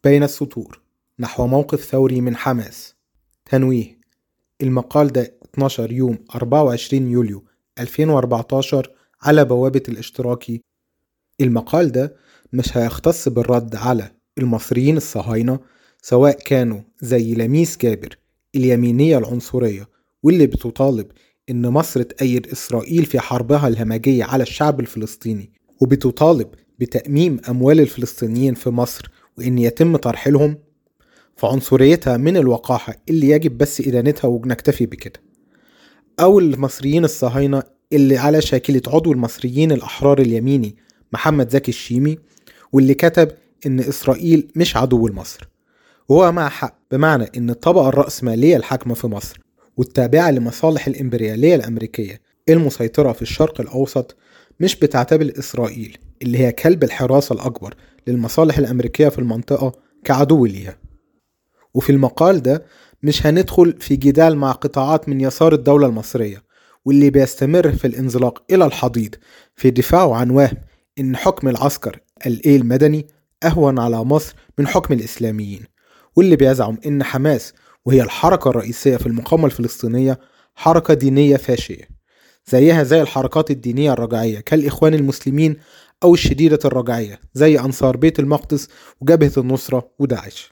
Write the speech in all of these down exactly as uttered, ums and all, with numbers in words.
بين السطور نحو موقف ثوري من حماس. تنويه: المقال ده اتناشر يوم أربعة وعشرين يوليو ألفين وأربعتاشر على بوابة الاشتراكي. المقال ده مش هيختص بالرد على المصريين الصهاينة، سواء كانوا زي لميس جابر اليمينية العنصرية واللي بتطالب إن مصر تأيد إسرائيل في حربها الهمجية على الشعب الفلسطيني، وبتطالب بتأميم أموال الفلسطينيين في مصر وإن يتم ترحيلهم، فعنصريتها من الوقاحة اللي يجب بس إدانتها ونكتفي بكده. أو المصريين الصهاينة اللي على شاكلة عضو المصريين الأحرار اليميني محمد زكي الشيمي، واللي كتب إن إسرائيل مش عدو لمصر، وهو مع حق، بمعنى إن الطبقة الرأسمالية الحاكمة في مصر والتابعة لمصالح الإمبريالية الأمريكية المسيطرة في الشرق الأوسط مش بتعتبر إسرائيل اللي هي كلب الحراسة الأكبر للمصالح الأمريكية في المنطقة كعدو ليها. وفي المقال ده مش هندخل في جدال مع قطاعات من يسار الدولة المصرية واللي بيستمر في الانزلاق إلى الحضيض في دفاعه عن وهم إن حكم العسكر الإيه المدني أهون على مصر من حكم الإسلاميين، واللي بيزعم إن حماس وهي الحركة الرئيسية في المقاومة الفلسطينية حركة دينية فاشية زيها زي الحركات الدينية الرجعية كالإخوان المسلمين أو الشديدة الرجعية زي أنصار بيت المقدس وجبهة النصرة وداعش.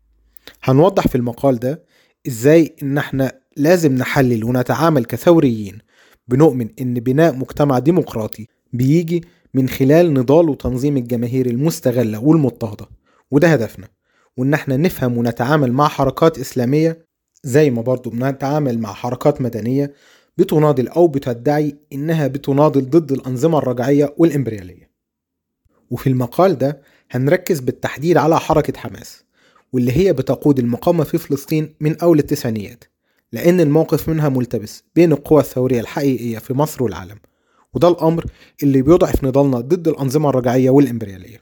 هنوضح في المقال ده إزاي إن احنا لازم نحلل ونتعامل كثوريين، بنؤمن إن بناء مجتمع ديمقراطي بيجي من خلال نضال وتنظيم الجماهير المستغلة والمضطهدة، وده هدفنا، وإن احنا نفهم ونتعامل مع حركات إسلامية زي ما برضو بنتعامل مع حركات مدنية بتناضل أو بتدعي إنها بتناضل ضد الأنظمة الرجعية والإمبريالية. وفي المقال ده هنركز بالتحديد على حركة حماس، واللي هي بتقود المقاومة في فلسطين من أول التسعينيات، لأن الموقف منها ملتبس بين القوى الثورية الحقيقية في مصر والعالم، وده الأمر اللي بيضعف نضالنا ضد الأنظمة الرجعية والإمبريالية.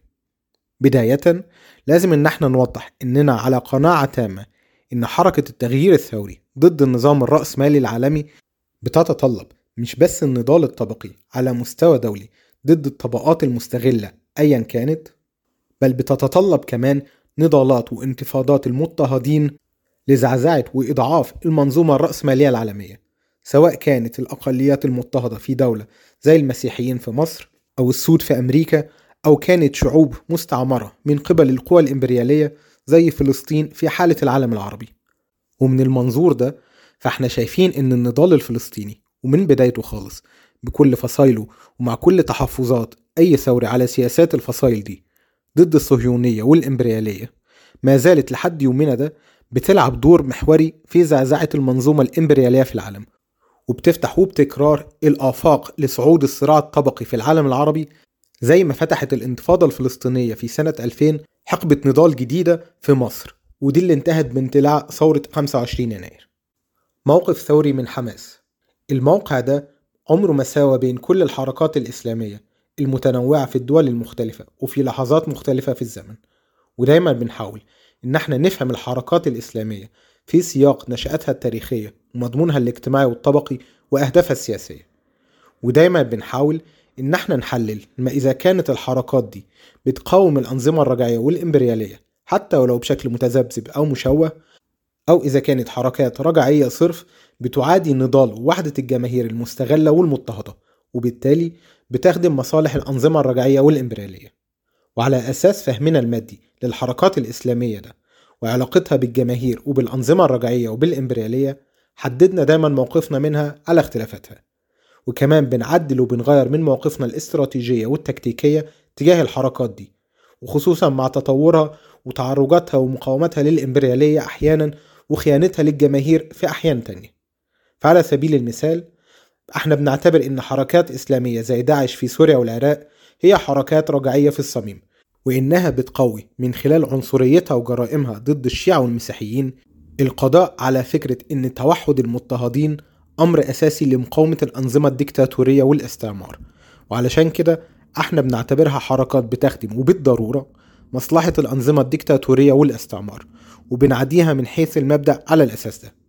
بداية لازم إن احنا نوضح إننا على قناعة تامة إن حركة التغيير الثوري ضد النظام الرأسمالي العالمي بتتطلب مش بس النضال الطبقي على مستوى دولي ضد الطبقات المستغلة أيا كانت، بل بتتطلب كمان نضالات وانتفاضات المضطهدين لزعزعة وإضعاف المنظومة الرأسمالية العالمية، سواء كانت الأقليات المضطهدة في دولة زي المسيحيين في مصر أو السود في أمريكا، أو كانت شعوب مستعمرة من قبل القوى الإمبريالية زي فلسطين في حالة العالم العربي. ومن المنظور ده فاحنا شايفين إن النضال الفلسطيني ومن بدايته خالص بكل فصائله ومع كل تحفظات أي ثورة على سياسات الفصائل دي ضد الصهيونية والإمبريالية ما زالت لحد يومنا ده بتلعب دور محوري في زعزعة المنظومة الإمبريالية في العالم، وبتفتح وبتكرار الآفاق لصعود الصراع الطبقي في العالم العربي، زي ما فتحت الانتفاضة الفلسطينية في سنة ألفين حقبة نضال جديدة في مصر، ودي اللي انتهت بانطلاع ثورة خمسة وعشرين يناير. موقف ثوري من حماس. الموقع ده عمره ما ساوى بين كل الحركات الإسلامية المتنوعة في الدول المختلفة وفي لحظات مختلفة في الزمن، ودايما بنحاول إن احنا نفهم الحركات الإسلامية في سياق نشأتها التاريخية ومضمونها الاجتماعي والطبقي وأهدافها السياسية، ودايما بنحاول إن احنا نحلل ما إذا كانت الحركات دي بتقاوم الأنظمة الرجعية والإمبريالية حتى ولو بشكل متذبذب أو مشوه، أو إذا كانت حركات رجعية صرف بتعادي نضال ووحدة الجماهير المستغلة والمضطهدة، وبالتالي بتخدم مصالح الأنظمة الرجعية والإمبريالية. وعلى أساس فهمنا المادي للحركات الإسلامية ده وعلاقتها بالجماهير وبالأنظمة الرجعية وبالإمبريالية، حددنا دايما موقفنا منها على اختلافاتها، وكمان بنعدل وبنغير من موقفنا الاستراتيجية والتكتيكية تجاه الحركات دي، وخصوصا مع تطورها وتعرجاتها ومقاومتها للإمبريالية أحيانا وخيانتها للجماهير في أحيان تانية. فعلى سبيل المثال احنا بنعتبر ان حركات إسلامية زي داعش في سوريا والعراق هي حركات رجعية في الصميم، وإنها بتقوي من خلال عنصريتها وجرائمها ضد الشيعة والمسيحيين القضاء على فكرة إن توحد المضطهدين أمر أساسي لمقاومة الأنظمة الديكتاتورية والاستعمار، وعلشان كده احنا بنعتبرها حركات بتخدم وبالضرورة مصلحة الأنظمة الديكتاتورية والاستعمار، وبنعديها من حيث المبدأ على الأساس ده.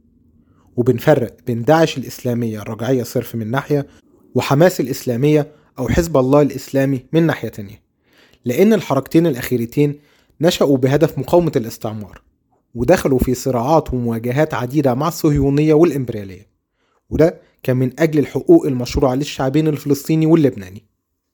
وبنفرق بين داعش الإسلامية الرجعية صرف من ناحية وحماس الإسلامية أو حزب الله الإسلامي من ناحية تانية، لأن الحركتين الأخيرتين نشأوا بهدف مقاومة الاستعمار، ودخلوا في صراعات ومواجهات عديدة مع الصهيونية والإمبريالية، وده كان من أجل الحقوق المشروعة للشعبين الفلسطيني واللبناني.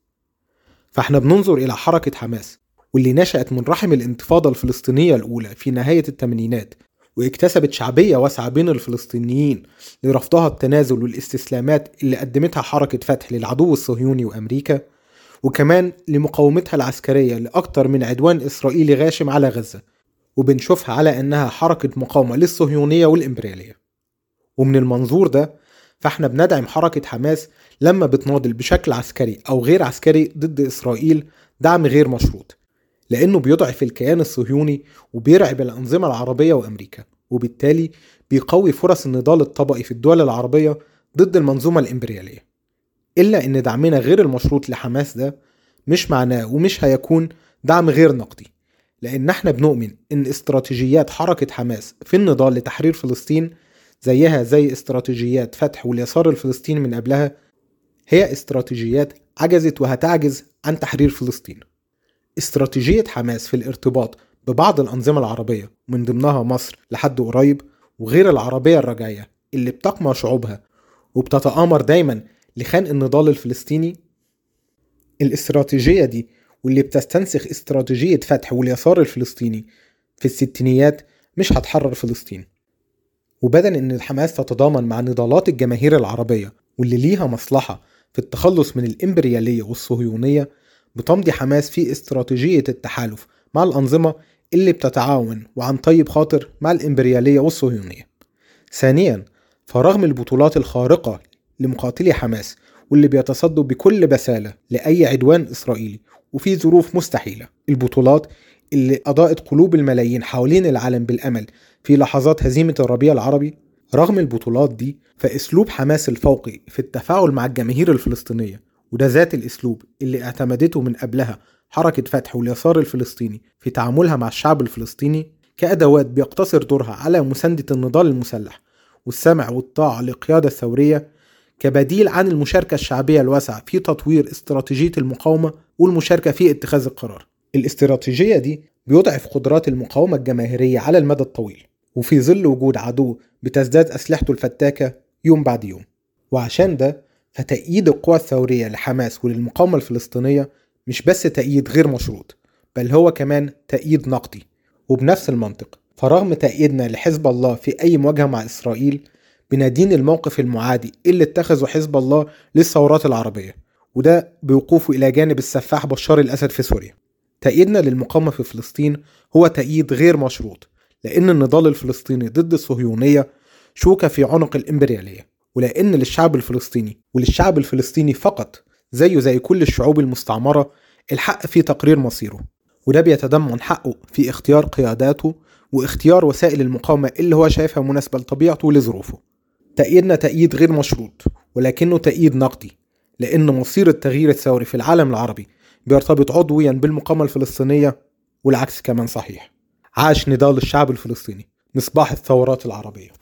فاحنا بننظر إلى حركة حماس، واللي نشأت من رحم الانتفاضة الفلسطينية الأولى في نهاية الثمانينات، واكتسبت شعبية واسعة بين الفلسطينيين لرفضها التنازل والاستسلامات اللي قدمتها حركة فتح للعدو الصهيوني وأمريكا، وكمان لمقاومتها العسكرية لأكثر من عدوان إسرائيلي غاشم على غزة، وبنشوفها على أنها حركة مقاومة للصهيونية والإمبريالية. ومن المنظور ده فاحنا بندعم حركة حماس لما بتناضل بشكل عسكري أو غير عسكري ضد إسرائيل دعم غير مشروط، لأنه بيضعف الكيان الصهيوني وبيرعب الأنظمة العربية وأمريكا، وبالتالي بيقوي فرص النضال الطبقي في الدول العربية ضد المنظومة الإمبريالية. إلا إن دعمنا غير المشروط لحماس ده مش معناه ومش هيكون دعم غير نقدي، لأن احنا بنؤمن إن استراتيجيات حركة حماس في النضال لتحرير فلسطين زيها زي استراتيجيات فتح واليسار الفلسطيني من قبلها هي استراتيجيات عجزت وهتعجز عن تحرير فلسطين. استراتيجية حماس في الارتباط ببعض الأنظمة العربية من ضمنها مصر لحد قريب، وغير العربية الرجعية اللي بتقمع شعوبها وبتتآمر دايما لخنق النضال الفلسطيني، الاستراتيجية دي واللي بتستنسخ استراتيجية فتح واليسار الفلسطيني في الستينيات مش هتحرر فلسطين. وبدل ان الحماس تتضامن مع نضالات الجماهير العربية واللي ليها مصلحة في التخلص من الإمبريالية والصهيونية، بتمضي حماس في استراتيجية التحالف مع الأنظمة اللي بتتعاون وعن طيب خاطر مع الإمبريالية والصهيونية. ثانيا، فرغم البطولات الخارقة لمقاتلي حماس واللي بيتصدوا بكل بسالة لأي عدوان إسرائيلي وفي ظروف مستحيلة، البطولات اللي أضاءت قلوب الملايين حوالين العالم بالأمل في لحظات هزيمة الربيع العربي، رغم البطولات دي فأسلوب حماس الفوقي في التفاعل مع الجماهير الفلسطينية، وده ذات الأسلوب اللي اعتمدته من قبلها حركة فتح واليسار الفلسطيني في تعاملها مع الشعب الفلسطيني كأدوات بيقتصر دورها على مساندة النضال المسلح والسمع والطاعة للقيادة الثورية، كبديل عن المشاركة الشعبية الواسعة في تطوير استراتيجية المقاومة والمشاركة في اتخاذ القرار. الاستراتيجية دي بيضعف قدرات المقاومة الجماهيرية على المدى الطويل، وفي ظل وجود عدو بتزداد أسلحته الفتاكة يوم بعد يوم. وعشان ده فتأييد القوى الثورية لحماس وللمقاومة الفلسطينية مش بس تأييد غير مشروط، بل هو كمان تأييد نقدي. وبنفس المنطق، فرغم تأييدنا لحزب الله في أي مواجهة مع إسرائيل، بندين الموقف المعادي اللي اتخذه حزب الله للثورات العربية، وده بوقوفه إلى جانب السفاح بشار الأسد في سوريا. تأييدنا للمقاومة في فلسطين هو تأييد غير مشروط، لأن النضال الفلسطيني ضد الصهيونية شوكة في عنق الإمبريالية، ولأن للشعب الفلسطيني وللشعب الفلسطيني فقط زيه زي كل الشعوب المستعمرة الحق في تقرير مصيره، وده بيتضمن حقه في اختيار قياداته واختيار وسائل المقاومة اللي هو شايفها مناسبة لطبيعته ولظروفه. تأييدنا تأييد غير مشروط، ولكنه تأييد نقدي، لأن مصير التغيير الثوري في العالم العربي بيرتبط عضويا بالمقاومة الفلسطينية، والعكس كمان صحيح. عاش نضال الشعب الفلسطيني، مصباح الثورات العربية.